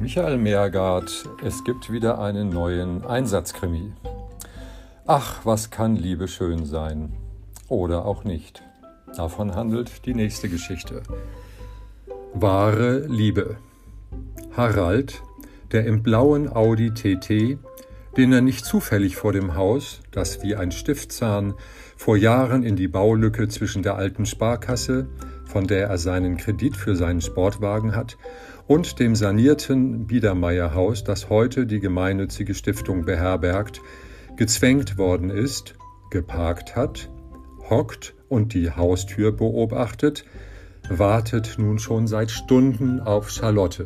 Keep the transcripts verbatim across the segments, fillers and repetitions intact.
Michael Meergardt, es gibt wieder einen neuen Einsatzkrimi. Ach, was kann Liebe schön sein? Oder auch nicht. Davon handelt die nächste Geschichte. Wahre Liebe. Harald, der im blauen Audi T T, den er nicht zufällig vor dem Haus, das wie ein Stiftzahn vor Jahren in die Baulücke zwischen der alten Sparkasse, von der er seinen Kredit für seinen Sportwagen hat, und dem sanierten Biedermeierhaus, das heute die gemeinnützige Stiftung beherbergt, gezwängt worden ist, geparkt hat, hockt und die Haustür beobachtet, wartet nun schon seit Stunden auf Charlotte,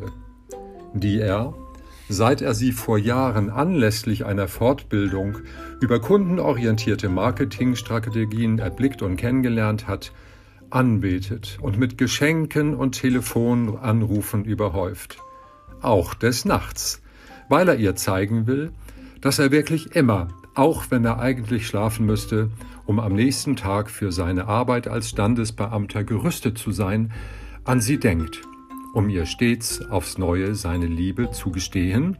die er, seit er sie vor Jahren anlässlich einer Fortbildung über kundenorientierte Marketingstrategien erblickt und kennengelernt hat, anbetet und mit Geschenken und Telefonanrufen überhäuft. Auch des Nachts, weil er ihr zeigen will, dass er wirklich immer, auch wenn er eigentlich schlafen müsste, um am nächsten Tag für seine Arbeit als Standesbeamter gerüstet zu sein, an sie denkt, um ihr stets aufs Neue seine Liebe zu gestehen,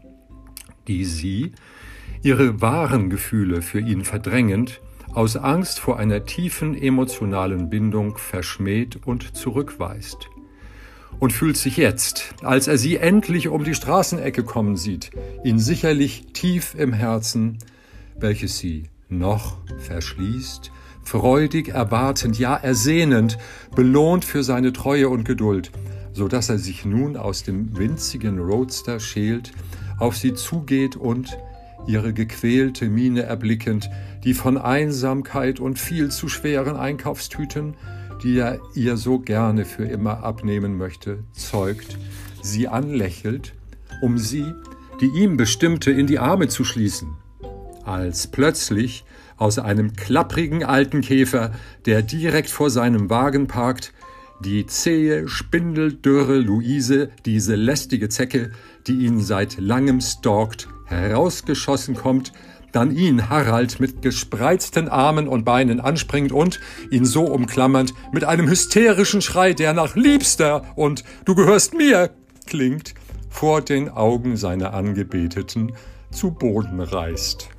die sie, ihre wahren Gefühle für ihn verdrängend, aus Angst vor einer tiefen emotionalen Bindung verschmäht und zurückweist. Und fühlt sich jetzt, als er sie endlich um die Straßenecke kommen sieht, ihn sicherlich tief im Herzen, welches sie noch verschließt, freudig erwartend, ja ersehnend, belohnt für seine Treue und Geduld, so dass er sich nun aus dem winzigen Roadster schält, auf sie zugeht und, ihre gequälte Miene erblickend, die von Einsamkeit und viel zu schweren Einkaufstüten, die er ihr so gerne für immer abnehmen möchte, zeugt, sie anlächelt, um sie, die ihm bestimmte, in die Arme zu schließen, als plötzlich aus einem klapprigen alten Käfer, der direkt vor seinem Wagen parkt, die zähe, spindeldürre Luise, diese lästige Zecke, die ihn seit langem stalkt, herausgeschossen kommt, dann ihn, Harald, mit gespreizten Armen und Beinen anspringt und, ihn so umklammernd, mit einem hysterischen Schrei, der nach Liebster und »Du gehörst mir« klingt, vor den Augen seiner Angebeteten zu Boden reißt.